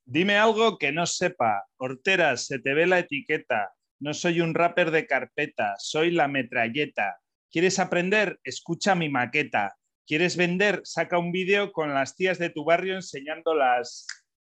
Dime algo que no sepa. Horteras, se te ve la etiqueta. No soy un rapper de carpeta, soy la metralleta. ¿Quieres aprender? Escucha mi maqueta. ¿Quieres vender? Saca un vídeo con las tías de tu barrio enseñándolas.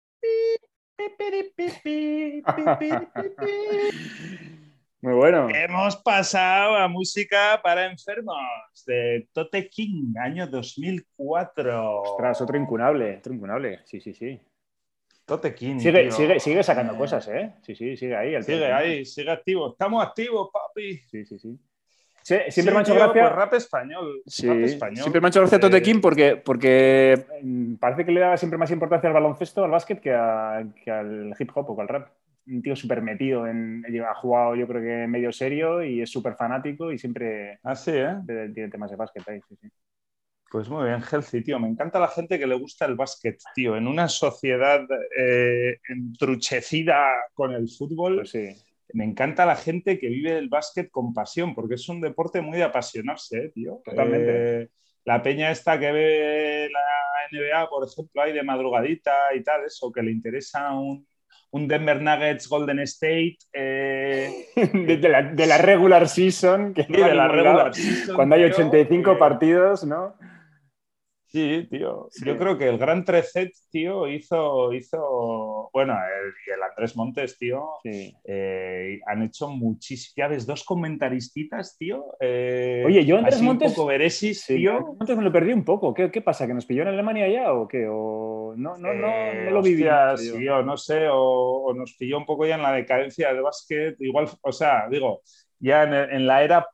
Muy bueno. Hemos pasado a música para enfermos de Tote King, año 2004. Ostras, otro incunable, otro incunable. Sí, sí, sí. Tote King, Sigue, tío. sigue sacando cosas, ¿eh? Sí, sí, sigue ahí, al pie del Sigue cañón. ahí, sigue activo. Estamos activos, papi. Sí, sí, sí. Sí, siempre me ha Sí, hecho tío, pues gracia. rap español. Rap Sí, siempre español. me ha hecho gracia Tote King porque parece que le daba siempre más importancia al baloncesto, al básquet, que al hip hop o que al rap. Un tío súper metido ha jugado yo creo que medio serio y es súper fanático y siempre Así, ¿eh? tiene temas de básquet ahí, sí, sí. Pues muy bien, Healthy, tío. Me encanta la gente que le gusta el básquet, tío. En una sociedad entruchecida con el fútbol, Pues sí. me encanta la gente que vive el básquet con pasión, porque es un deporte muy de apasionarse, tío. Totalmente. La peña esta que ve la NBA, por ejemplo, ahí de madrugadita y tal, eso, que le interesa un Denver Nuggets Golden State. De la regular season, que no Sí, va a de la ningún lado, regular season, cuando hay tío. 85 partidos, ¿no? Sí, tío. Sí. Yo creo que el Gran Trecet, tío, hizo. Bueno, y el Andrés Montes, tío, Sí. han hecho muchísimas. Ya ves, dos comentaristas, tío. Oye, yo Andrés Así un poco Montes, veresis, sí, Andrés tío. Montes me lo perdí un poco. ¿Qué pasa? ¿Que nos pilló en Alemania ya o qué? ¿O no lo viví Hostia, mucho yo? sí, o no sé, o nos pilló un poco ya en la decadencia del básquet. Igual, o sea, digo, ya en la era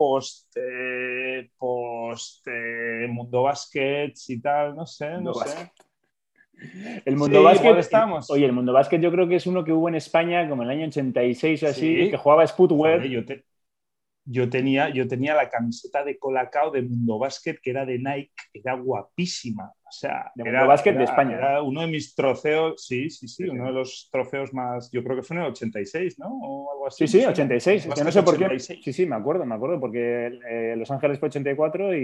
post Mundo Básquet y tal, no sé, no Mundo sé. Básquet. El Sí, Mundo igual Básquet, estábamos. oye, el Mundo Básquet yo creo que es uno que hubo en España como en el año 86 o así, que Sí, jugaba joder, Sputweb. yo tenía la camiseta de Colacao de Mundo Básquet que era de Nike, era guapísima. O sea, De Mundo era, Básquet de era, España. era uno de mis trofeos, sí, sí, Sí, sí, sí. uno de los trofeos más, yo creo que fue en el 86, ¿no? O algo Sí, así, me sí, suena. Mundo 86. Es que no Básquet sé por qué. Sí, 86. sí, me acuerdo, porque Los Ángeles fue 84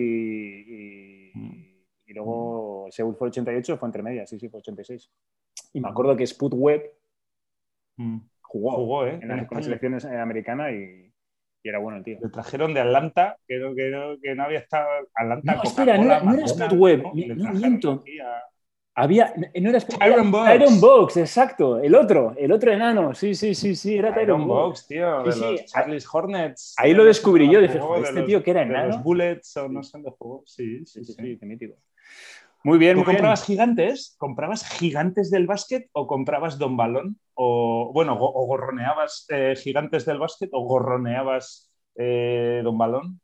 Mm, y mm. luego Seúl fue 88, fue entre medias, sí, sí, fue 86. Y me acuerdo que Sputweb Mm. jugó Jugó, ¿eh? En con la España. selección americana y era bueno el tío. Le trajeron de Atlanta, que no había estado. Atlanta, No, espera, Coca-Cola, no era McDonald's, Sputweb, ¿no? Y le no trajeron miento. aquí a Era Tyron Tyron Box. Box, exacto, el otro enano, sí, sí, sí, sí, era Tyron Tyron Box. Box, tío, Sí, de sí, los Charlie's Hornets, ahí lo no sé descubrí dónde yo, dije, jugó, joder, de este tío los, que era de los enano. Bullets o no Sí, sé dónde jugó. Sí, sí, sí, sí, sí. sí, qué mítico. Muy bien, ¿Tú muy bien. comprabas gigantes? ¿Comprabas gigantes del básquet o comprabas Don Balón? O, bueno, o gorroneabas gigantes del básquet o gorroneabas Don Balón.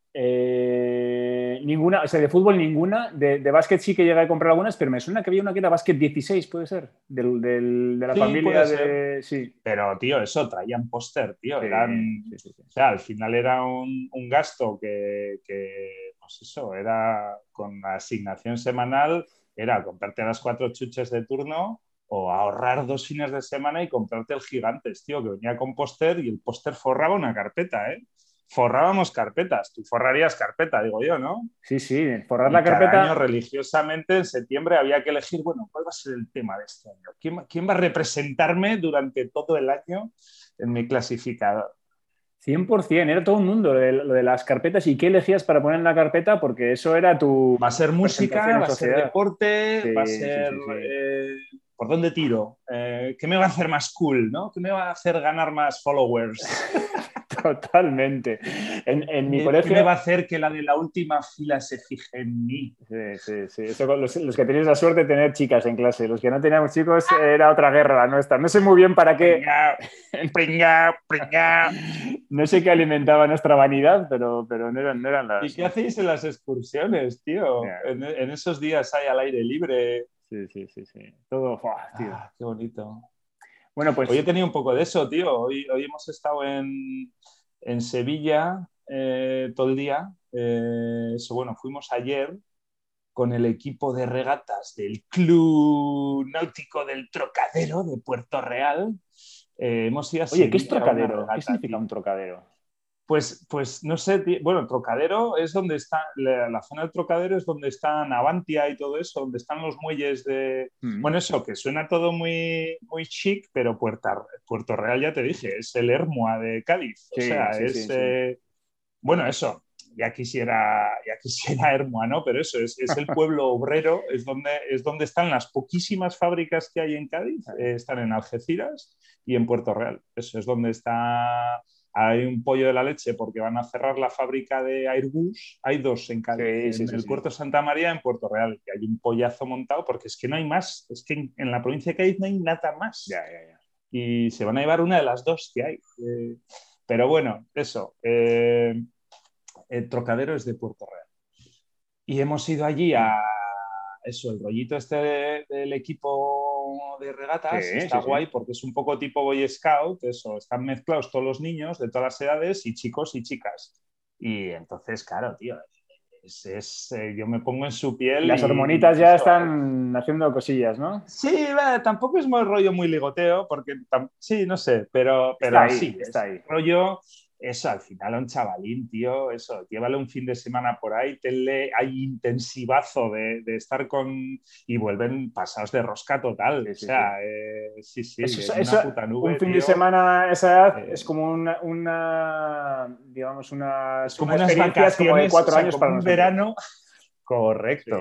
Ninguna, o sea, de fútbol ninguna, de básquet sí que llegué a comprar algunas, pero me suena que había una que era básquet 16, puede ser, de la Sí, puede familia ser. de... Sí, Pero, tío, eso traían póster, tío. sí, Eran. sí, sí, sí. O sea, al final era un gasto pues eso, era con la asignación semanal, era comprarte las 4 chuches de turno o ahorrar 2 fines de semana y comprarte el Gigantes, tío, que venía con póster y el póster forraba una carpeta, ¿eh? Forrábamos carpetas, tú forrarías carpeta, digo yo, ¿no? Sí, sí, forrar Y la cada año carpeta. religiosamente en septiembre había que elegir, bueno, ¿cuál va a ser el tema de este año? ¿Quién va a representarme durante todo el año en mi clasificador? 100%, era todo un mundo lo de las carpetas y qué elegías para poner en la carpeta, porque eso era tu Va a ser música, presentación en va a ser sociedad. deporte, va a Sí, sí, ser sí, sí. ¿por dónde tiro? ¿Qué me va a hacer más cool? ¿No? ¿Qué me va a hacer ganar más followers? Totalmente. En mi ¿Qué me colegio, va a hacer que la de la última fila se fije en mí? sí, sí, sí. Eso con los que tenéis la suerte de tener chicas en clase. Los que no teníamos chicos era otra guerra la nuestra. No sé muy bien para qué, Pringa, pringa, pringa. no sé qué alimentaba nuestra vanidad, pero no eran ¿Y las... qué hacéis en las excursiones, tío? Yeah. En esos días hay al aire libre. Sí, sí, sí, sí. Todo, ¡fua! Tío. Qué bonito. Bueno, Hoy he pues, tenido un poco de eso, tío. Hoy hemos estado en Sevilla todo el día. Bueno, fuimos ayer con el equipo de regatas del Club Náutico del Trocadero de Puerto Real. Hemos ido a oye, ¿qué es Sevilla a una trocadero? ¿Qué regata, significa tío. un trocadero? Pues no sé, bueno, Trocadero es donde está, la zona del Trocadero es donde está Navantia y todo eso, donde están los muelles de... Bueno, eso, que suena todo muy, muy chic, pero Puerto Real, ya te dije, es el Ermua de Cádiz. O sea, es... bueno, eso, ya quisiera Ermua, ¿no? Pero eso, es el pueblo obrero, es donde están las poquísimas fábricas que hay en Cádiz, están en Algeciras y en Puerto Real. Eso es donde está... Hay un pollo de la leche porque van a cerrar la fábrica de Airbus. Hay dos en Cádiz, en el puerto Santa María, en Puerto Real, que hay un pollazo montado porque es que no hay más. Es que en la provincia de Cádiz no hay nada más. Ya. Y se van a llevar una de las dos que hay. Pero bueno, eso. El Trocadero es de Puerto Real. Y hemos ido allí a eso, el rollito este del equipo de regatas está guay porque es un poco tipo Boy Scout, eso, están mezclados todos los niños de todas las edades y chicos y chicas. Y entonces, claro, tío, yo me pongo en su piel. Las hormonitas ya están haciendo cosillas, ¿no? Sí, tampoco es muy rollo muy ligoteo, porque sí, no sé, pero está ahí. Rollo. Eso, al final, un chavalín, tío, eso, llévale un fin de semana por ahí, hay intensivazo de estar con... Y vuelven pasados de rosca total. Sí, eso, una puta nube, un fin tío, de semana a esa edad es como digamos, es como unas vacaciones, como de 4 años como para un nosotros. verano. Correcto.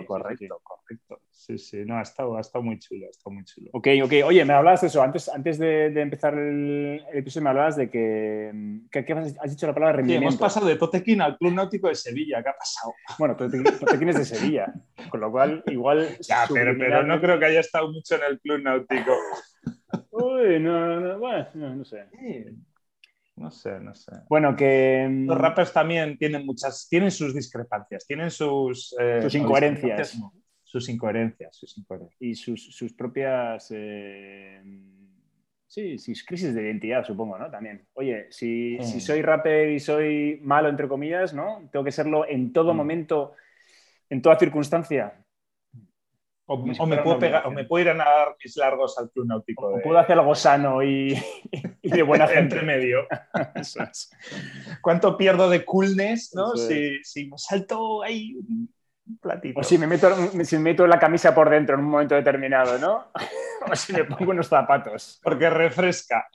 Sí, no, ha estado muy chulo, Ok. Oye, me hablabas de eso. Antes de empezar el episodio me hablabas de que has dicho la palabra rendimiento. Sí, hemos pasado de Totequín al Club Náutico de Sevilla. ¿Qué ha pasado? Bueno, Totequín es de Sevilla, con lo cual igual... Ya, pero no creo que haya estado mucho en el Club Náutico. Uy, no sé. Sí. No sé. Bueno, que... Los rappers también tienen sus discrepancias, tienen sus incoherencias. Sus incoherencias. Y sus propias... sus crisis de identidad, supongo, ¿no? También. Oye, si soy rapper y soy malo, entre comillas, ¿no? Tengo que serlo en todo momento, en toda circunstancia. O me puedo ir a nadar mis largos al Club Náutico. O puedo hacer algo sano y de buena gente. Entre medio. Eso es. ¿Cuánto pierdo de coolness, no? Si me salto ahí un platito. O si me meto la camisa por dentro en un momento determinado, ¿no? O si me pongo unos zapatos. Porque refresca.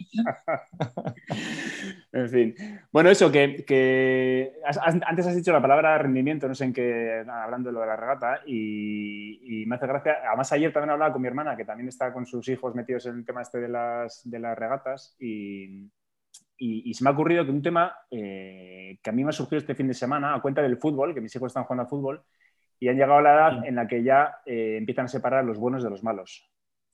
En fin. Bueno, eso, que antes has dicho la palabra rendimiento, no sé en qué, hablando de lo de la regata, y me hace gracia. Además, ayer también hablaba con mi hermana, que también está con sus hijos metidos en el tema este de las regatas, y se me ha ocurrido que un tema que a mí me ha surgido este fin de semana, a cuenta del fútbol, que mis hijos están jugando al fútbol, y han llegado a la edad en la que ya empiezan a separar los buenos de los malos.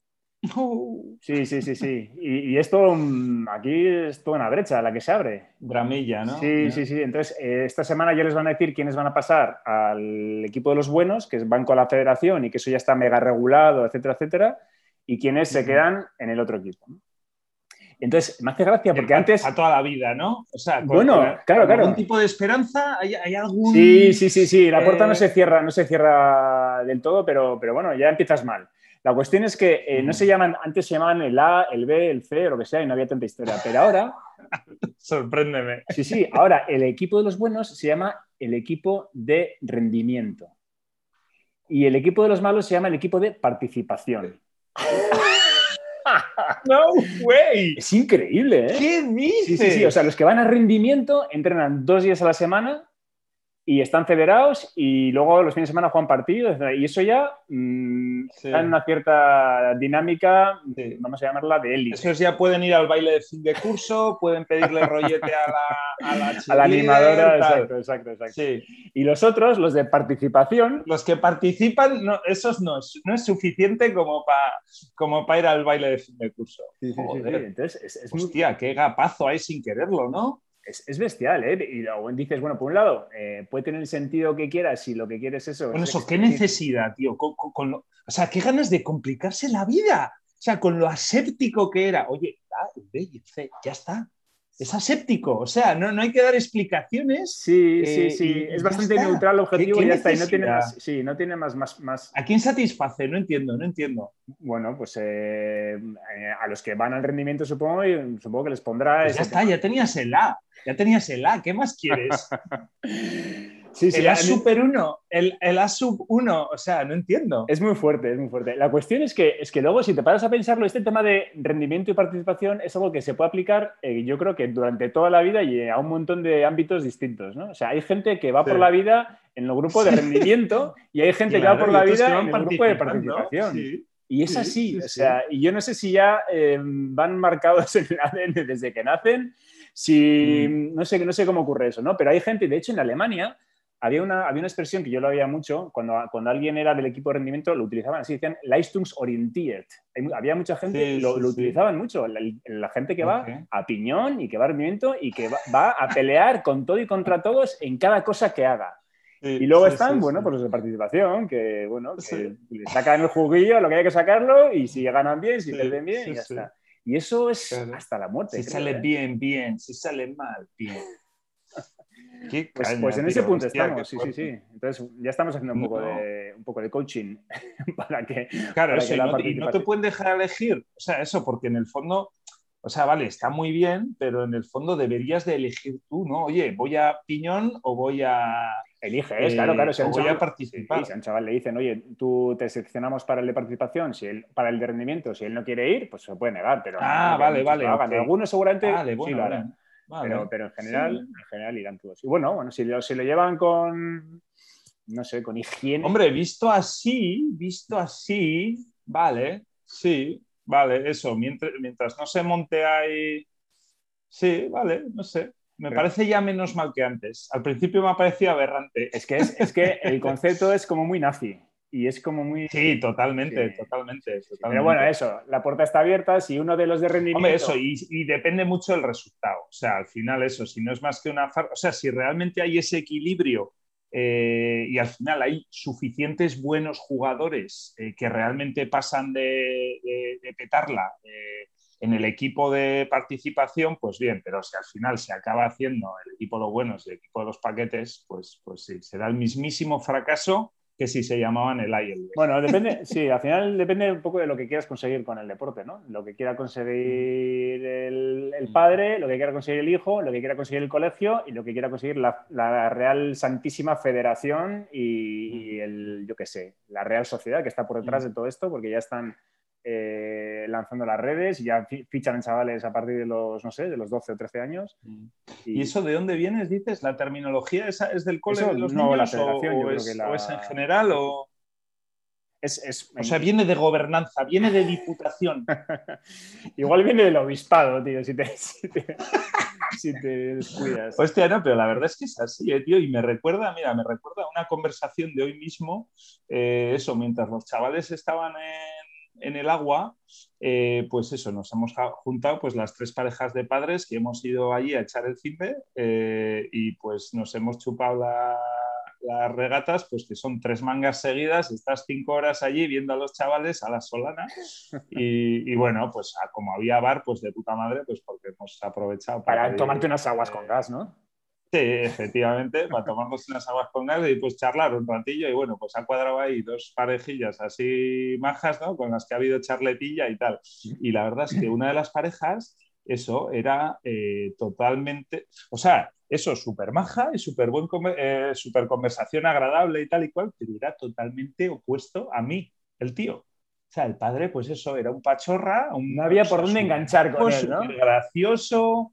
Sí. Y esto aquí es toda una brecha la que se abre. Dramilla, ¿no? Sí. Entonces, esta semana ya les van a decir quiénes van a pasar al equipo de los buenos, que van con la federación y que eso ya está mega regulado, etcétera, y quiénes se quedan en el otro equipo. Entonces, me hace gracia porque antes... A toda la vida, ¿no? O sea, claro. ¿algún tipo de esperanza? ¿Hay algún...? Sí. La puerta no se cierra del todo, pero bueno, ya empiezas mal. La cuestión es que antes se llamaban el A, el B, el C o lo que sea y no había tanta historia. Pero ahora... Sorpréndeme. Sí. Ahora, el equipo de los buenos se llama el equipo de rendimiento. Y el equipo de los malos se llama el equipo de participación. No way. Es increíble, ¿eh? ¿Qué dices? Sí. O sea, los que van a rendimiento entrenan 2 días a la semana y están federados y luego los fines de semana juegan partidos y eso ya está en una cierta dinámica, vamos a llamarla de élite. Esos ya pueden ir al baile de fin de curso, pueden pedirle rollete a la animadora, exacto. Sí. Y los otros, los de participación... Los que participan, esos no es suficiente como para ir al baile de fin de curso. Sí. Entonces, hostia, qué gapazo hay sin quererlo, ¿no? Es bestial, ¿eh? Y luego dices, bueno, por un lado, puede tener el sentido que quieras si lo que quieres es eso. Bueno, eso, qué necesidad, tío. O sea, qué ganas de complicarse la vida. O sea, con lo aséptico que era. Oye, el B y el C, ya está. es aséptico, o sea, no hay que dar explicaciones. Sí. Es bastante neutral, objetivo y ya está. Y no tiene más. Sí, no tiene más. ¿A quién satisface? No entiendo. Bueno, pues a los que van al rendimiento, supongo que les pondrá. Pues ya está, ya tenías el A. ¿Qué más quieres? Sí, el A Super 1, el A Sub 1, o sea, no entiendo. Es muy fuerte. La cuestión es que luego, si te paras a pensarlo, este tema de rendimiento y participación es algo que se puede aplicar, yo creo que durante toda la vida y a un montón de ámbitos distintos, ¿no? O sea, hay gente que va por la vida en el grupo de rendimiento y hay gente que va por la vida en el grupo de participación. Sí. Y es así, o sea, y yo no sé si ya van marcados en el ADN desde que nacen, no sé cómo ocurre eso, ¿no? Pero hay gente, de hecho en Alemania había una expresión que yo lo había mucho, cuando alguien era del equipo de rendimiento lo utilizaban así, decían leistungsorientiert. Había mucha gente, lo utilizaban mucho, la gente que va a piñón y que va a rendimiento y que va a pelear con todo y contra todos en cada cosa que haga. Y luego están, pues los de participación, que le sacan el juguillo, lo que hay que sacarlo, y si ganan bien, si pierden bien, y ya está. Y eso es hasta la muerte. Si sale bien, si sale mal, bien. Pues en ese punto estamos, sí. Entonces ya estamos haciendo un poco de coaching para que... Claro, eso, y no te pueden dejar elegir. O sea, eso, porque en el fondo... O sea, vale, está muy bien, pero en el fondo deberías de elegir tú, ¿no? Oye, ¿voy a piñón o voy a... Eliges, claro. Si voy a participar. Si a un chaval le dicen, oye, tú te seleccionamos para el de participación, para el de rendimiento, si él no quiere ir, pues se puede negar. Pero vale. Okay. Algunos seguramente sí lo harán. Vale. Pero en general irán todos. Y bueno, si lo llevan con, no sé, con higiene. Hombre, visto así, vale, sí, vale, eso, mientras no se monte ahí, sí, vale, no sé. Me parece ya menos mal que antes. Al principio me ha parecido aberrante. Es que el concepto es como muy nazi. Y es como muy... Sí, totalmente. Pero bueno, eso, la puerta está abierta, si uno de los de rendimiento... Hombre, eso, y depende mucho del resultado. O sea, al final eso, si no es más que una... O sea, si realmente hay ese equilibrio y al final hay suficientes buenos jugadores que realmente pasan de petarla en el equipo de participación, pues bien, pero si al final se acaba haciendo el equipo de los buenos y el equipo de los paquetes, pues sí, será el mismísimo fracaso que si se llamaban el A y el B. Bueno, depende, sí, al final depende un poco de lo que quieras conseguir con el deporte, ¿no? Lo que quiera conseguir el padre, lo que quiera conseguir el hijo, lo que quiera conseguir el colegio y lo que quiera conseguir la Real Santísima Federación y yo qué sé, la Real Sociedad que está por detrás de todo esto, porque ya están lanzando las redes y ya fichan en chavales a partir de los, no sé, de los 12 o 13 años. ¿Y eso de dónde vienes, dices? ¿La terminología esa es del cole de los niños? La federación, o es en general? O sea, viene de gobernanza, viene de diputación. Igual viene del obispado, tío, si te descuidas. Hostia, no, pero la verdad es que es así, tío, y me recuerda a una conversación de hoy mismo, eso, mientras los chavales estaban en el agua, pues eso, nos hemos juntado pues las 3 parejas de padres que hemos ido allí a echar el finde y pues nos hemos chupado las regatas, pues que son 3 mangas seguidas, estás 5 horas allí viendo a los chavales a la solana y bueno, pues como había bar, pues de puta madre, pues porque hemos aprovechado para tomarte unas aguas con gas, ¿no? Sí, efectivamente, para tomarnos unas aguas con gas y pues charlar un ratillo y bueno, pues ha cuadrado ahí 2 parejillas así majas, ¿no? Con las que ha habido charletilla y tal. Y la verdad es que una de las parejas, eso, era totalmente, o sea, eso, súper maja y súper súper conversación agradable y tal y cual, pero era totalmente opuesto a mí, el tío. O sea, el padre, pues eso, era un pachorra. No había por dónde enganchar con él, ¿no? Súper gracioso,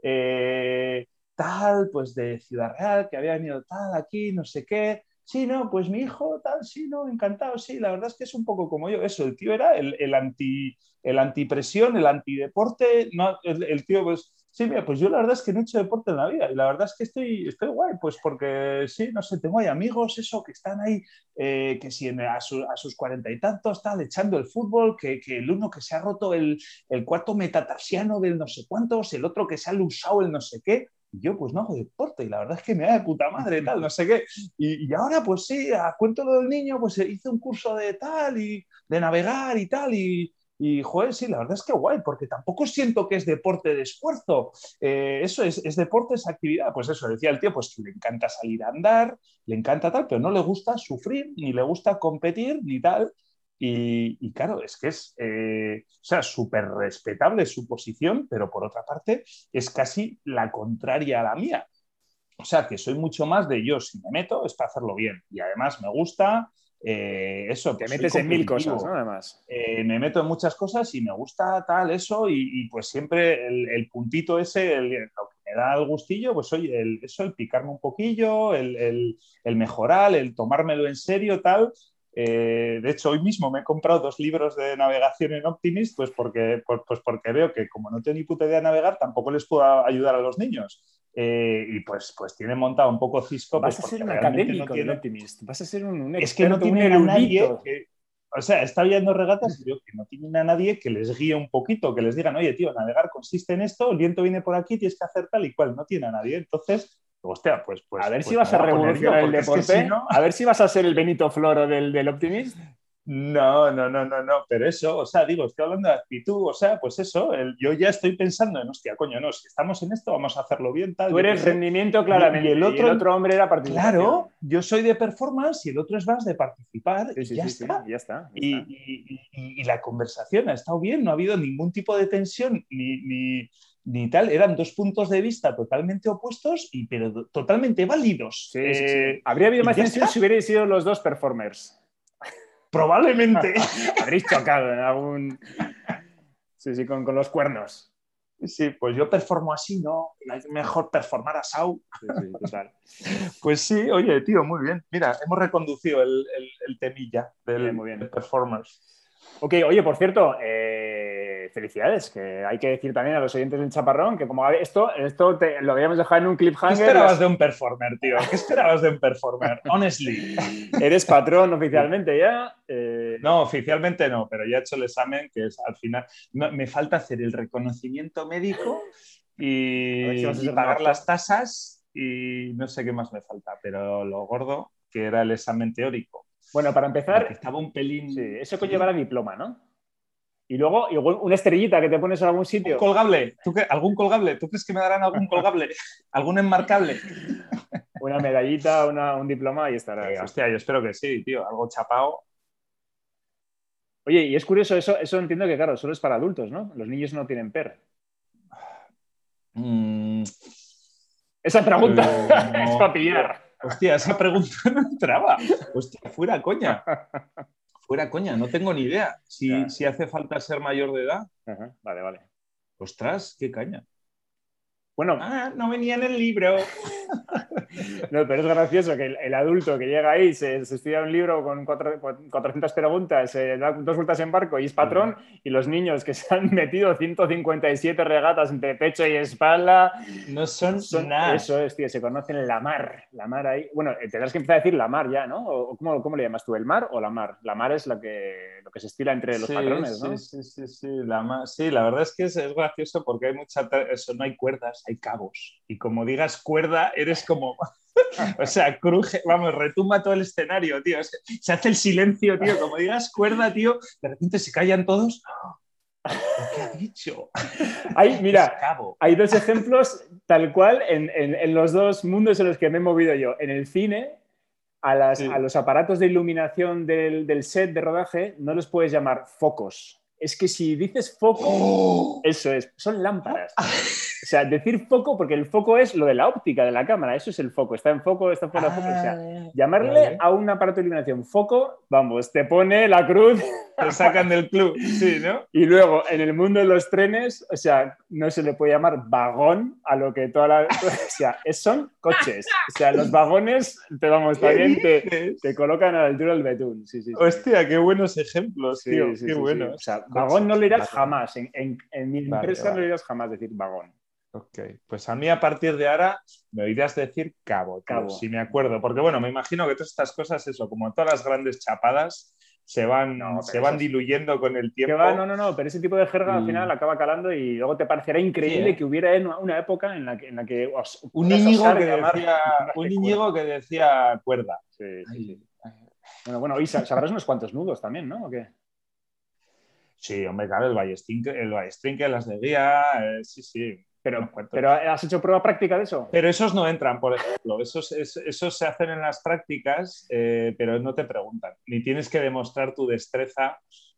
tal, pues de Ciudad Real, que había venido tal aquí, no sé qué. Sí, no, pues mi hijo, tal, sí, no, encantado, sí, la verdad es que es un poco como yo. Eso, el tío era el antipresión, el antideporte, no, el tío, pues, sí, mira, pues yo la verdad es que no he hecho deporte en la vida y la verdad es que estoy guay, pues porque sí, no sé, tengo ahí amigos, eso, que están ahí, que si a sus 40 y tantos, tal, echando el fútbol, que el uno que se ha roto el cuarto metatarsiano del no sé cuántos, el otro que se ha lusado el no sé qué. Y yo pues no hago deporte y la verdad es que me da de puta madre tal, no sé qué. Y ahora pues sí, a cuento lo del niño, pues hice un curso de tal y de navegar y tal y Y, joder, sí, la verdad es que guay, porque tampoco siento que es deporte de esfuerzo. Eso es deporte, es actividad. Pues eso, decía el tío, pues que le encanta salir a andar, le encanta tal, pero no le gusta sufrir, ni le gusta competir, ni tal. Y claro, es que es, o sea, súper respetable su posición, pero por otra parte es casi la contraria a la mía. O sea, que soy mucho más de yo, si me meto, es para hacerlo bien. Y además me gusta, eso, Te pues soy metes en mil cosas, ¿no? competitivo. Además. Me meto en muchas cosas y me gusta tal, eso, y pues siempre el puntito ese, lo que me da el gustillo, pues oye, eso, el picarme un poquillo, el mejorar, el tomármelo en serio, tal. De hecho, hoy mismo me he comprado 2 libros de navegación en Optimist, pues porque veo que como no tengo ni puta idea de navegar, tampoco les puedo ayudar a los niños. Y pues tiene montado un poco cisco, pues Vas a ser porque un realmente no académico del tiene, Optimist, vas a ser un es que no experto, un tienen a nadie erudito. que, o sea, está viendo regatas y veo que no tienen a nadie que les guíe un poquito, que les digan, oye, tío, navegar consiste en esto, el viento viene por aquí, tienes que hacer tal y cual, no tiene a nadie. Entonces, hostia, A ver si pues me vas a voy a poner yo, revolucionar el porque es que si deporte, no, a ver si vas a ser el Benito Floro del Optimist. no, pero eso, o sea, digo, estoy hablando de actitud, o sea, pues eso, yo ya estoy pensando en, hostia, coño, no, si estamos en esto, vamos a hacerlo bien, tal, Tú yo qué eres sé. rendimiento Y el claramente y el otro, otro hombre era participación. claro, yo soy de performance y el otro es más de participar Sí, y sí, ya sí, sí, está. ya está, ya está. Y la conversación ha estado bien, no ha habido ningún tipo de tensión ni tal. Eran 2 puntos de vista totalmente opuestos, pero totalmente válidos. Sí, sí, sí. Habría habido Y más ya tensión está, si hubierais sido los dos performers. probablemente. Habréis chocado en algún... Sí, sí, con los cuernos. Sí, pues yo performo así, ¿no? Es mejor performar asado. Sí, sí, total. Pues sí, oye, tío, muy bien. Mira, hemos reconducido el temilla Muy bien, del, muy bien. del performance. Ok, oye, por cierto, felicidades, que hay que decir también a los oyentes del Chaparrón que como esto lo habíamos dejado en un ¿Qué cliffhanger. esperabas de un performer, tío? ¿Qué esperabas de un performer? Honestly. Eres patrón oficialmente ya. No, oficialmente no, pero ya he hecho el examen, que es al final. Me falta hacer el reconocimiento médico A ver si vas a y ser un pagar actor. las tasas y no sé qué más me falta, pero lo gordo, que era el examen teórico, Bueno, para en el que empezar, estaba un sí, pelín. eso ¿Sí? conllevará diploma, ¿no? Y luego igual una estrellita que te pones en algún ¿Un sitio. colgable? ¿Algún colgable? ¿Tú crees que me darán algún colgable? ¿Algún enmarcable? Una medallita, un diploma y estará, sí. Hostia, yo espero que sí, tío. Algo chapado. Oye, y es curioso, eso entiendo que, claro, solo es para adultos, ¿no? Los niños no tienen PER. Mm, Esa pregunta es para no, tío. pillar. Hostia, esa pregunta no entraba. Hostia, fuera coña. Fuera coña, no tengo ni idea Ya. si hace falta ser mayor de edad. Ajá, vale, vale. Ostras, qué caña. Bueno, Ah, no venía en el libro. no, pero es gracioso que el adulto que llega ahí se estudia un libro con 400 preguntas, da 2 vueltas en barco y es patrón, y los niños que se han metido 157 regatas entre pecho y espalda, No son son, nada. eso es, tío, se conocen la mar ahí. Bueno, tendrás que empezar a decir la mar ya, ¿no? ¿O cómo le llamas tú? ¿El mar o la mar? La mar es lo que se estila entre los Sí, patrones, sí, ¿no? sí, sí, sí. Sí, la verdad es que es gracioso porque hay eso, no hay cuerdas, hay cabos. Y como digas cuerda, eres como, o sea, cruje, vamos, retumba todo el escenario, tío. Se hace el silencio, tío. Como digas cuerda, tío, de repente se callan todos. ¿Pero qué ha dicho? Es Mira, cabo. hay dos ejemplos tal cual en los dos mundos en los que me he movido yo. En el cine, a Sí. los aparatos de iluminación del set de rodaje no los puedes llamar focos. Es que si dices foco, ¡Oh! eso es, son lámparas. O sea, decir foco, porque el foco es lo de la óptica de la cámara, eso es el foco, está en foco, está fuera de foco. O sea, Ah, llamarle vale. a un aparato de iluminación foco, vamos, te pone la cruz. Te sacan del club, sí, ¿no? Y luego, en el mundo de los trenes, o sea, no se le puede llamar vagón a lo que o sea, son coches. O sea, los vagones, vamos, ¿Qué también te dices? colocan a la altura del betún. Sí, sí, sí. Hostia, qué buenos ejemplos, Sí, tío. sí, Qué sí, sí. O buenos. sea, vagón no Coches, le irás vale. jamás. En mi Vale, empresa no le vale. irás jamás decir vagón. Ok, pues a mí a partir de ahora me oirás decir cabo, tío, Cabo. si me acuerdo. Porque bueno, me imagino que todas estas cosas, eso, como todas las grandes chapadas, se van, No, se pero van esas. diluyendo con el ¿Qué va? No, tiempo. no, no. Pero ese tipo de jerga al final Y acaba calando y luego te parecerá sí, increíble ¿eh? que hubiera una época en la que Un puedas Íñigo osar que decía, un llamarle cuerda. Íñigo que decía cuerda. Sí, sí, sí. Ay, ay. Bueno, y sabrás unos cuantos nudos también, ¿no? ¿O qué? Sí, hombre, claro, el Ballestrinque, las de guía, sí, sí. Pero ¿has hecho prueba práctica de eso? Pero esos no entran, por ejemplo. Esos se hacen en las prácticas, pero no te preguntan. Ni tienes que demostrar tu destreza.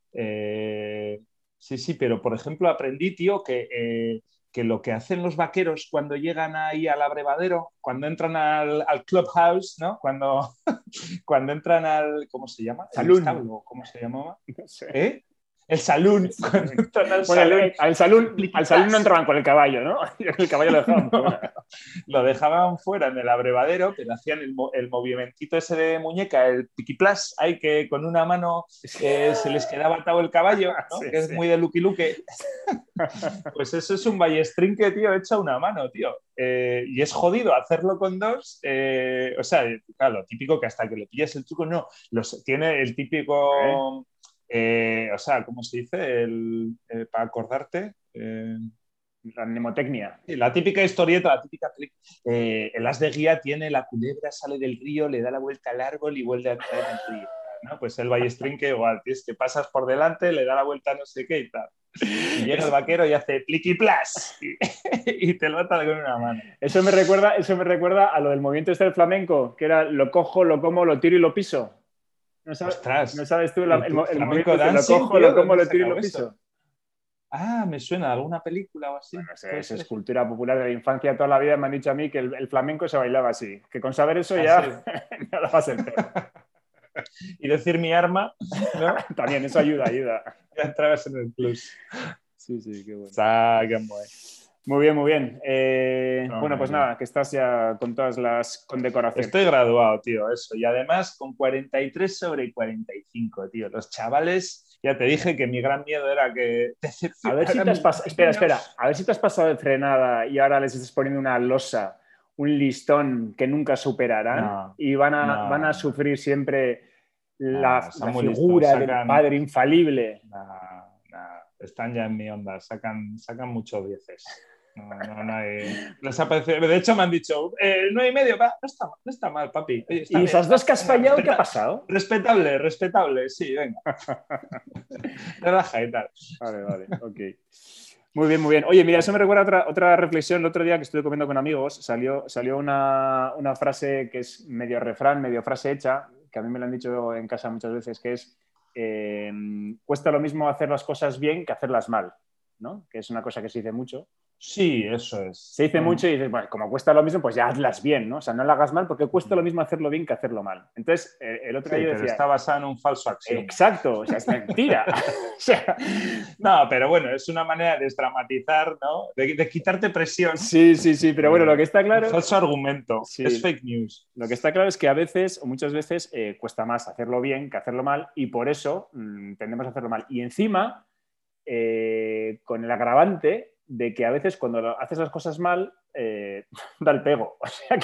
Sí, sí, pero por ejemplo aprendí, tío, que lo que hacen los vaqueros cuando llegan ahí al abrevadero, cuando entran al clubhouse, ¿no? Cuando entran al, ¿cómo se llama? El Salón. establo, ¿cómo se llamaba? No sé. ¿Eh? El saloon, El cuando salón. entran al Bueno, salón. al salón no entraban con el caballo, ¿no? El caballo lo dejaban No, fuera. lo dejaban fuera en el abrevadero, pero hacían el movimentito ese de muñeca, el piquiplas, ahí que con una mano se les quedaba atado el caballo, ¿no? Sí, Que es sí. muy de Lucky Luke. Pues eso es un ballestrinque, tío, hecho a una mano, tío. Y es jodido hacerlo con dos. O sea, claro, lo típico que hasta que le pillas el truco, no. Tiene el típico. O sea, ¿cómo se dice? Para acordarte. La mnemotecnia. La típica historieta, la típica película. El as de guía tiene la culebra, sale del río, le da la vuelta al árbol y vuelve a entrar en el río, ¿no? Pues el ballestrinque igual, tienes que pasas por delante, le da la vuelta a no sé qué y tal. Y llega el vaquero y hace pliquiplas y te lo ata con una mano. Eso me recuerda a lo del movimiento este del flamenco, que era lo cojo, lo como, lo tiro y lo piso. ¿No Ostras, sabes tú ¿y tú, el flamenco movimiento este? Lo dancing, cojo, lo tío? ¿De como, dónde has lo tiro y sacado lo eso? piso. Ah, me suena de alguna película o así. Bueno, ¿Puede eso es ser? cultura popular de la infancia. Toda la vida me han dicho a mí que el flamenco se bailaba así. Que con saber eso Ah, ya, sí. ya la vas a hacer. Y decir mi arma, ¿no? También, eso ayuda, ayuda. Ya entrabas en el plus. Sí, sí, qué bueno. Qué guay. Muy bien, muy bien. Bueno, pues Ay. nada, que estás ya con todas las condecoraciones. Estoy graduado, tío, eso. Y además con 43 sobre 45, tío. Los chavales, ya te dije que mi gran miedo era que A ver si te decepcionaran has mi pasado. Espera, cariño. espera. A ver si te has pasado de frenada y ahora les estás poniendo una losa, un listón que nunca superarán No, y van a no, no, sufrir siempre no, la son muy listos, figura del sacan, padre infalible. no, no, están ya en mi onda, sacan muchos dieces. No, no, no hay... Les ha parecido... De hecho, me han dicho, 9,5, va, no está mal, papi. Oye, está Y bien, esas dos que has venga, fallado, ¿qué ha pasado? respetable, respetable, sí, venga, relaja y tal. Vale, vale, ok. Muy bien, muy bien. Oye, mira, eso me recuerda a otra reflexión. El otro día que estuve comiendo con amigos, salió una frase que es medio refrán, medio frase hecha, que a mí me lo han dicho en casa muchas veces, que es, cuesta lo mismo hacer las cosas bien que hacerlas mal, ¿no? Que es una cosa que se dice mucho. Sí, eso Se es. dice mucho y dices, bueno, como cuesta lo mismo, pues ya hazlas bien, ¿no? O sea, no la hagas mal porque cuesta lo mismo hacerlo bien que hacerlo mal. Entonces, el otro día Sí, yo pero decía, está basado en un falso axioma. exacto, o sea, es mentira. O sea, No, pero bueno, es una manera de desdramatizar, ¿no? De quitarte presión. sí, sí, sí, pero bueno, lo que está Un claro, falso argumento. Es sí, fake news. lo que está claro es que a veces o muchas veces cuesta más hacerlo bien que hacerlo mal y por eso tendemos a hacerlo mal. Y encima, con el agravante de que a veces cuando haces las cosas mal, da el pego. O sea,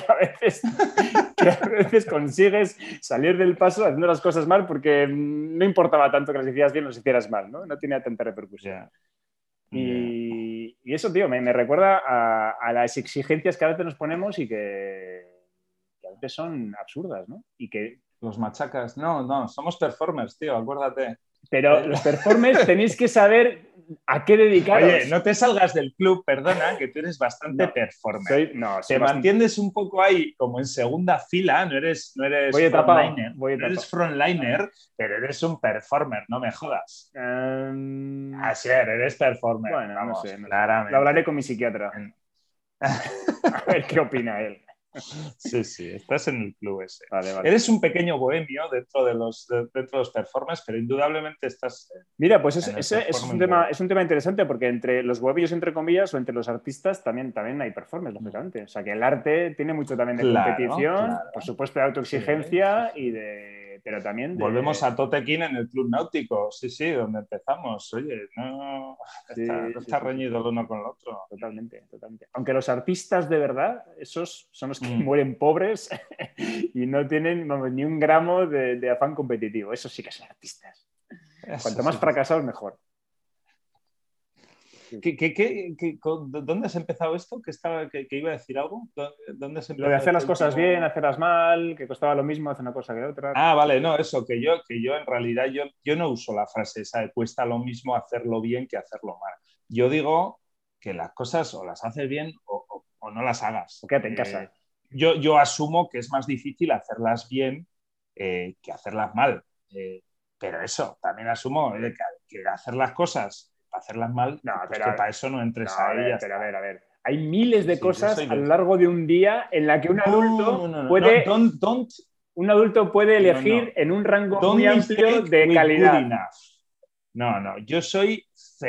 que a veces consigues salir del paso haciendo las cosas mal porque no importaba tanto que las hicieras bien o las hicieras mal, ¿no? No tenía tanta repercusión. Yeah, yeah. Y eso, tío, me recuerda a las exigencias que a veces nos ponemos y que a veces son absurdas, ¿no? Y que, Los machacas. No, no, somos performers, tío, acuérdate. pero los performers tenéis que saber a qué Oye, dedicaros. no te salgas del club, perdona, que tú eres bastante No, performer. soy Te bastante... mantienes un poco ahí como en segunda fila, no eres Voy no eres etapado. frontliner, pero eres un performer, no me jodas. Um, Así eres performer, bueno, no sé, vamos, no sé. Lo hablaré claramente. con mi psiquiatra. A ver qué opina él. Sí, sí, estás en el club ese. Vale, vale. Eres un pequeño bohemio dentro de los performers, pero indudablemente estás Mira, pues en el ese performing world. es un tema interesante porque entre los huevillos, entre comillas, o entre los artistas también hay performance, lógicamente. O sea, que el arte tiene mucho también de Claro, competición, por claro. supuesto de Sí, sí, autoexigencia, sí. pero también Volvemos de... a Totequín en el Club Náutico, sí, sí, donde empezamos. Oye, no está, Sí, no sí, está sí, sí, reñido el uno con el otro. totalmente, totalmente. Aunque los artistas de verdad, esos son los que Mm, mueren pobres y no tienen, vamos, ni un gramo de afán competitivo. Eso sí que son artistas. eso Cuanto más sí que es. fracasados, mejor. ¿Dónde has empezado esto? ¿Que iba a decir algo? ¿Dónde has Lo de empezado hacer las este cosas último? bien, hacerlas mal, que costaba lo mismo hacer una cosa que otra. Ah, vale, no, eso, que yo en realidad yo no uso la frase esa de cuesta lo mismo hacerlo bien que hacerlo mal. Yo digo que las cosas o las haces bien o no las hagas. O quédate en casa. Yo asumo que es más difícil hacerlas bien que hacerlas mal. Pero eso, también asumo que hacer las cosas, hacerlas mal, No, pues que para eso no no, entres a ahí y ya ver, está. a ver. Hay miles Sí, de sí, yo cosas soy a de lo eso. largo de un día en la que No, no, no, no, un adulto puede no, elegir no. en un rango muy Don't amplio mistake de with good calidad. enough. No, no, yo soy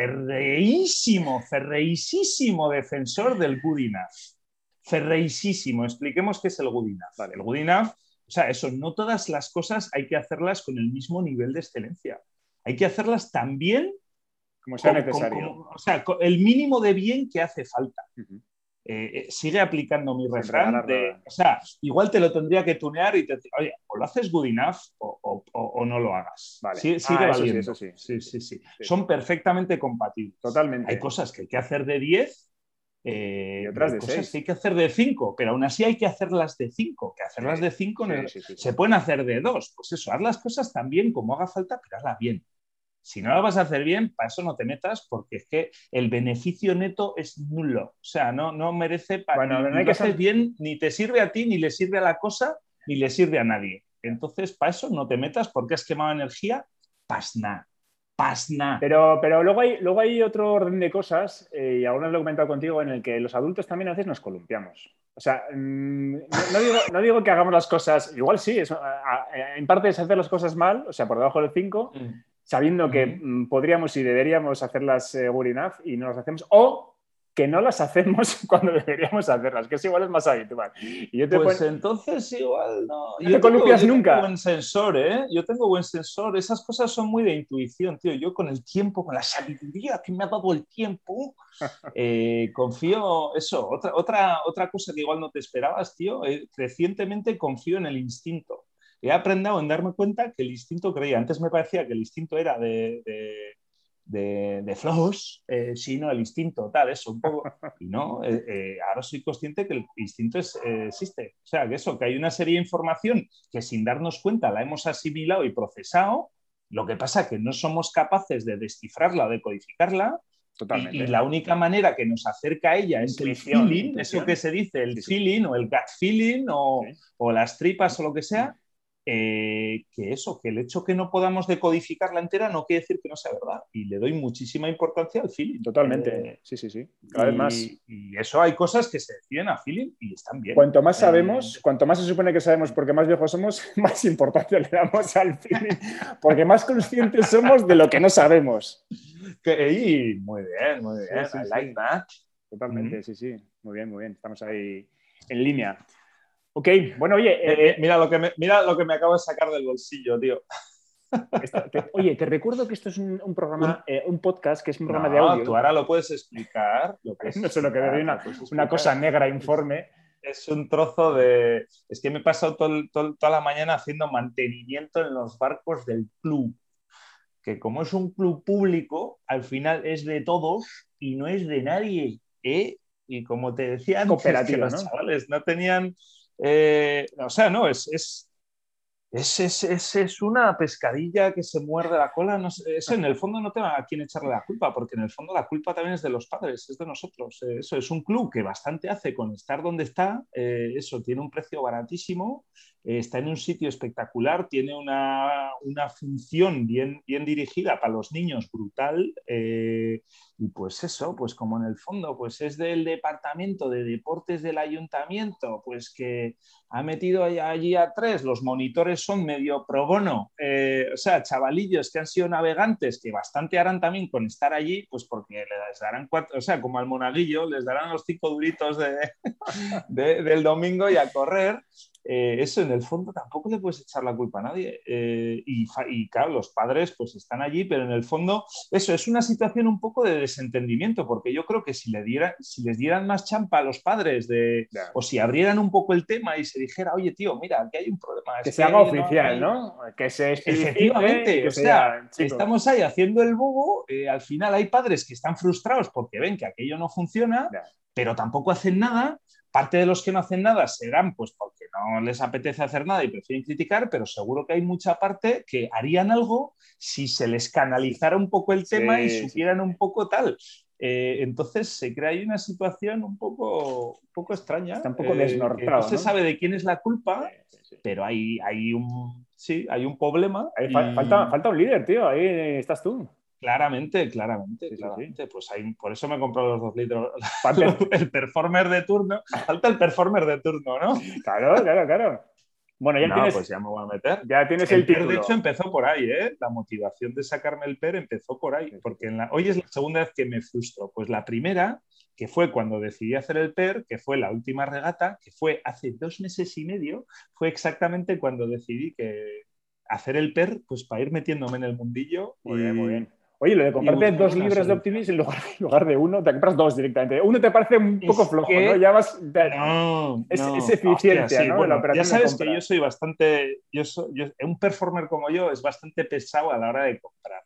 ferreísimo defensor del good enough. Ferreísimo. Expliquemos qué es el good enough. Vale. El good enough, o sea, eso, no todas las cosas hay que hacerlas con el mismo nivel de excelencia. Hay que hacerlas también Como sea necesario. o sea, con el mínimo de bien que hace falta. Uh-huh. Sigue aplicando mi Sin refrán regalar de, nada. o sea, igual te lo tendría que tunear y te digo, oye, o lo haces good enough o no lo hagas. Vale. Sigue Eso sí, valiendo. eso sí. Sí. Son perfectamente compatibles. Totalmente. Hay cosas que hay que hacer de 10 y y otras hay de cosas 6. que hay que hacer de 5, pero aún así hay que hacerlas de 5. Que hacerlas de 5 Sí. se pueden hacer de 2. Pues eso, haz las cosas también como haga falta, pero hazlas bien. Si no la vas a hacer bien, para eso no te metas, porque es que el beneficio neto es nulo. O sea, no merece, Bueno, no ni hay lo que haces ser... bien, ni te sirve a ti, ni le sirve a la cosa, ni le sirve a nadie. Entonces, para eso no te metas, porque has quemado energía, pasna. Pero luego hay otro orden de cosas, y alguna vez lo he comentado contigo, en el que los adultos también a veces nos columpiamos. O sea, no digo que hagamos las cosas, igual sí, en parte es hacer las cosas mal, o sea, por debajo del 5, sabiendo que podríamos y deberíamos hacerlas good enough y no las hacemos, o que no las hacemos cuando deberíamos hacerlas, que eso igual es más habitual. Y Pues entonces igual no. No te columpias Yo tengo nunca. buen sensor, ¿eh? Yo tengo buen sensor. Esas cosas son muy de intuición, tío. Yo con el tiempo, con la sabiduría que me ha dado el tiempo, confío, eso, otra cosa que igual no te esperabas, tío, recientemente confío en el instinto. He aprendido en darme cuenta que el instinto creía. Antes me parecía que el instinto era de flows, sino el instinto, tal, eso, un poco. Y no, ahora soy consciente que el instinto existe. O sea, que eso, que hay una serie de información que sin darnos cuenta la hemos asimilado y procesado. Lo que pasa es que no somos capaces de descifrarla o de codificarla. Y la única manera que nos acerca a ella es el feeling, eso que se dice, el feeling o el gut feeling o las tripas o lo que sea. Que eso, que el hecho que no podamos decodificarla entera no quiere decir que no sea verdad. Y le doy muchísima importancia al feeling. Totalmente, sí. Cada vez más. Y eso hay cosas que se deciden a feeling y están bien. Cuanto más sabemos, cuanto más se supone que sabemos porque más viejos somos, más importancia le damos al feeling, porque más conscientes somos de lo que no sabemos. Muy bien. Sí. I like that. Totalmente, sí. Muy bien. Estamos ahí en línea. Ok, bueno, oye... mira lo que me acabo de sacar del bolsillo, tío. Oye, te recuerdo que esto es un programa, un podcast, que es un programa de audio. Tú ahora lo puedes explicar. No sé lo que debe, una cosa negra informe. Es un trozo de... Es que me he pasado toda la mañana haciendo mantenimiento en los barcos del club. Que como es un club público, al final es de todos y no es de nadie. Y como te decía antes, que los chavales no tenían... o sea, no, es una pescadilla que se muerde la cola. No sé, eso en el fondo no tengo a quién echarle la culpa, porque en el fondo la culpa también es de los padres, es de nosotros. Eso es un club que bastante hace con estar donde está. Eso tiene un precio baratísimo, está en un sitio espectacular, tiene una función bien dirigida para los niños brutal. Y pues eso, pues como en el fondo pues es del departamento de deportes del ayuntamiento, pues que ha metido allí a 3, los monitores son medio pro bono, o sea, chavalillos que han sido navegantes, que bastante harán también con estar allí, pues porque les darán 4, o sea, como al monaguillo, les darán los 5 duritos del domingo y a correr. eso en el fondo tampoco le puedes echar la culpa a nadie. Y claro, los padres pues están allí, pero en el fondo eso es una situación un poco de desentendimiento, porque yo creo que si les dieran más champa a los padres Ya. o si abrieran un poco el tema y se dijera, oye tío, mira, aquí hay un problema, Que es se haga que no oficial, hay... ¿no? Que se explicite y Efectivamente, que o se sea, diga, chicos. estamos ahí haciendo el bobo, al final hay padres que están frustrados porque ven que aquello no funciona, Ya. pero tampoco hacen nada. Parte de los que no hacen nada serán pues porque no les apetece hacer nada y prefieren criticar, pero seguro que hay mucha parte que harían algo si se les canalizara un poco el tema y Sí, sí, sí. supieran un poco tal. Entonces se crea ahí una situación un poco extraña, Está un poco que no desnortado, se ¿no? sabe de quién es la Sí, culpa, sí, sí. pero hay un problema Ahí y falta un líder, tío. Ahí estás tú. claramente, claramente, Sí, sí, sí. claramente. Pues por eso me he comprado los 2 litros. Pa' empe- El performer de turno. Falta el performer de turno, ¿no? Claro, claro, claro. Bueno, No, pues ya me voy a meter. ya tienes el El PER, de hecho, título. empezó por ahí, ¿eh? La motivación de sacarme el PER empezó por ahí, Sí, sí, porque sí. hoy es la segunda vez que me frustro. Pues la primera, que fue cuando decidí hacer el PER, que fue la última regata, que fue hace 2 meses y medio, fue exactamente cuando decidí que hacer el PER, pues para ir metiéndome en el mundillo Muy bien, muy y, bien. Oye, lo de y comprarte buscar 2 libros de solución. Optimis en lugar de uno, te compras dos directamente. Uno te parece un poco Es flojo, ¿no? que Ya vas. no, Es no, hostia, eficiencia, sí, ¿no? De la bueno, ya operación de sabes que yo compra. soy bastante, un performer como yo es bastante pesado a la hora de comprar.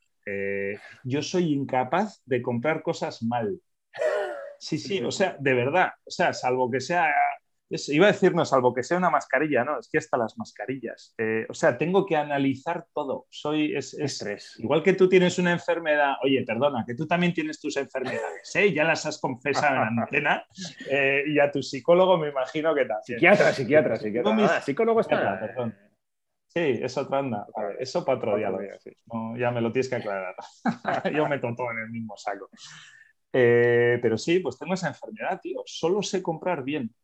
Yo soy incapaz de comprar cosas mal. Sí, Sí, sí, sí, o sí. sea, de verdad, o sea, salvo que sea, iba a decir no, salvo que sea una mascarilla, no, es que hasta las mascarillas. O sea, tengo que analizar todo. Qué estrés. Igual que tú tienes una enfermedad, oye, perdona, que tú también tienes tus enfermedades, ¿eh? Ya las has confesado en antena, y a tu psicólogo me imagino que también. Psiquiatra, psiquiatra, Pues yo tengo psiquiatra. Ah, psicólogo psiquiatra, está. perdón. Sí, es otra anda. Otra Vale, vez. eso para otro Otro diálogo. día, sí. No, ya me lo tienes que aclarar. Yo meto todo en el mismo saco. Pero sí, pues tengo esa enfermedad, tío. Solo sé comprar bien.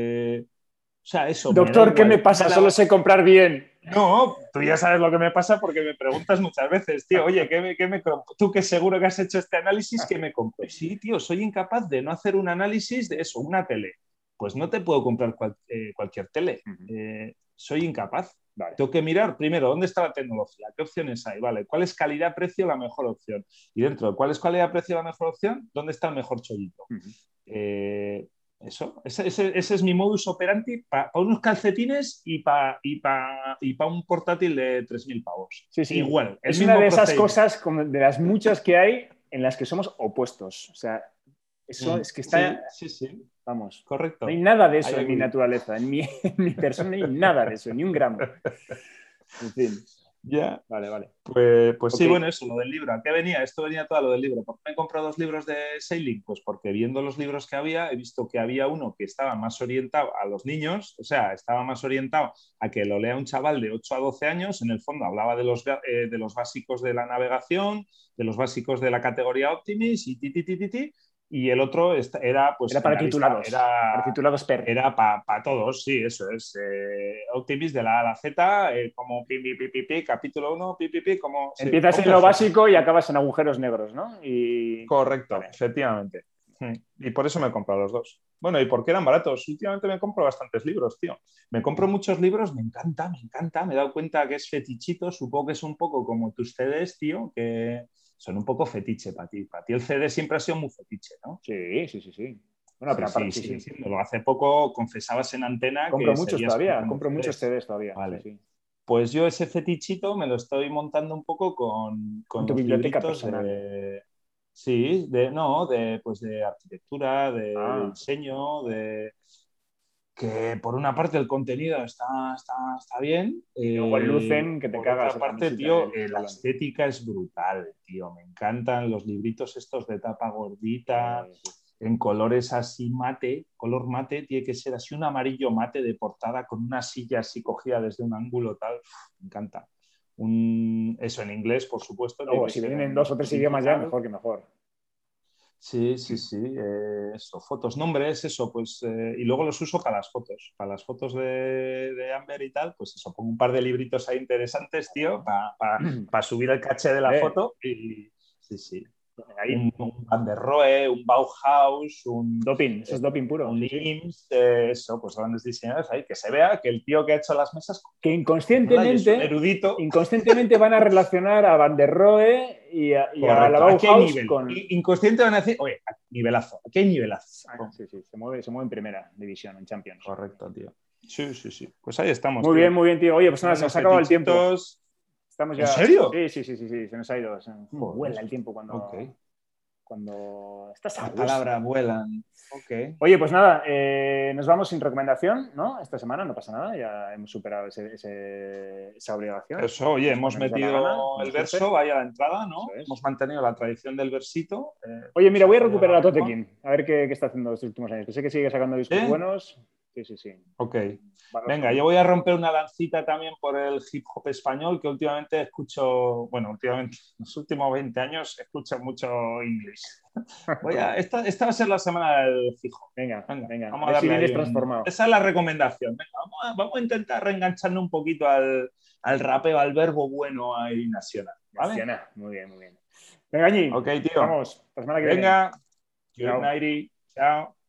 O sea, eso, me da Doctor, ¿qué me igual pasa? una Solo lavadora. sé comprar bien. No, tú ya sabes lo que me pasa porque me preguntas muchas veces, tío, oye, ¿qué me compro? Tú que seguro que has hecho este análisis, ¿qué me compro? Sí, tío, soy incapaz de no hacer un análisis de eso, una tele. Pues no te puedo comprar cualquier tele. Ujú. Soy incapaz. Vale. Tengo que mirar primero dónde está la tecnología, qué opciones hay, ¿vale? ¿Cuál es calidad-precio la mejor opción? Y dentro de cuál es calidad-precio la mejor opción, ¿dónde está el mejor chollito? Ujú. Eh, ese es mi modus operandi para unos calcetines y pa un portátil de 3.000 pavos. Sí, sí. Igual, el Es una mismo de esas procedimiento. cosas de las muchas que hay en las que somos opuestos. O sea, eso es que está. Sí, sí, sí, Vamos. No hay correcto. nada de I eso en mi agree. naturaleza, en mi persona, no hay nada de eso, ni un gramo. En fin. Ya. Vale, vale. Pues Ok. sí, bueno, eso, lo del libro. ¿A qué venía? Esto venía todo lo del libro. ¿Por qué me he comprado 2 libros de Sailing? Pues porque viendo los libros que había, he visto que había uno que estaba más orientado a los niños, o sea, estaba más orientado a que lo lea un chaval de 8 a 12 años. En el fondo hablaba de los básicos de la navegación, de los básicos de la categoría Optimis y ti, ti, ti, ti, ti. Y el otro era pues Era generalista, para titulados PER. era para todos, sí, eso es. Optimis de la A a la Z, como pi, pi, pi, pi, pi, capítulo 1, pi, pi, pi, como, sí, Empiezas un en lo performer. básico y acabas en agujeros negros, ¿no? Y. Correcto, Vale. efectivamente. Y por eso me he comprado los dos. Bueno, y porque eran baratos. Últimamente me compro bastantes libros, tío. Me compro muchos libros, me encanta, me encanta. Me he dado cuenta que es fetichito. Supongo que es un poco como tus CDs, tío, que son un poco fetiche para ti. Para ti el CD siempre ha sido muy fetiche, ¿no? Sí, sí, sí, sí. Bueno, Sí, pero aparte, sí, sí, sigue sí. siendo. Hace poco confesabas en antena que seguías comprando Compro muchos CDs. CDs todavía, sí, Vale. sí. Pues yo ese fetichito me lo estoy montando un poco Con con tu los biblioteca libritos personal. sí, no, pues de arquitectura, de Ah, diseño, que por una parte el contenido está bien, y luego lucen que te por cagas otra en la parte, mesita tío, del la salón. estética es brutal, tío. Me encantan los libritos estos de tapa gordita, Sí. en colores así mate, color mate, tiene que ser así un amarillo mate de portada con una silla así cogida desde un ángulo tal. Me encanta. Eso en inglés, por supuesto, tiene Luego, que si ser vienen en en dos o tres idiomas ya, original. mejor que mejor. Sí, sí, sí, eso, fotos, nombres, eso, pues, y luego los uso para las fotos de Amber y tal, pues eso, pongo un par de libritos ahí interesantes, tío, para subir el caché de la Hombre, foto y sí, sí. Ahí. un Van der Rohe, un Bauhaus, un Doping, eso es doping puro. un Sí, sí. Nims, eso, pues grandes diseñadores ahí, que se vea que el tío que ha hecho las mesas, Que es un inconscientemente, erudito. inconscientemente van a relacionar a Van der Rohe y a la Correcto. ¿A qué Bauhaus nivel? con... Inconsciente van a decir, oye, nivelazo, ¿a qué nivelazo? Sí, sí, se mueve en primera división, en Champions. Correcto, tío. Sí, sí, sí. Pues ahí estamos, Muy tío. bien, tío. Oye, pues nada, se nos ha acabado el tiempo. Estamos ya... ¿En serio? Sí, se nos ha ido. Vuela el tiempo cuando estás a Las gusto. palabras vuelan. Okay. Oye, pues nada, nos vamos sin recomendación, ¿no? Esta semana no pasa nada, ya hemos superado esa obligación. Eso, oye, hemos metido el verso, vaya la entrada, ¿no? Es. Hemos mantenido la tradición del versito. Oye, mira, voy a recuperar a Totekin, a ver qué está haciendo estos últimos años, que sé que sigue sacando discos buenos. Sí. Ok. Venga, yo voy a romper una lancita también por el hip hop español, que últimamente escucho, últimamente, en los últimos 20 años escucho mucho inglés. Esta va a ser la semana del fijo. Venga. Vamos a darle ahí transformado. Esa es la recomendación. Venga, vamos a intentar reengancharnos un poquito al rapeo, al verbo bueno ahí nacional. ¿Vale? Nacional. Muy bien. Venga, Añi. Ok, tío. Vamos, la semana que viene. Venga. Good night. Chao.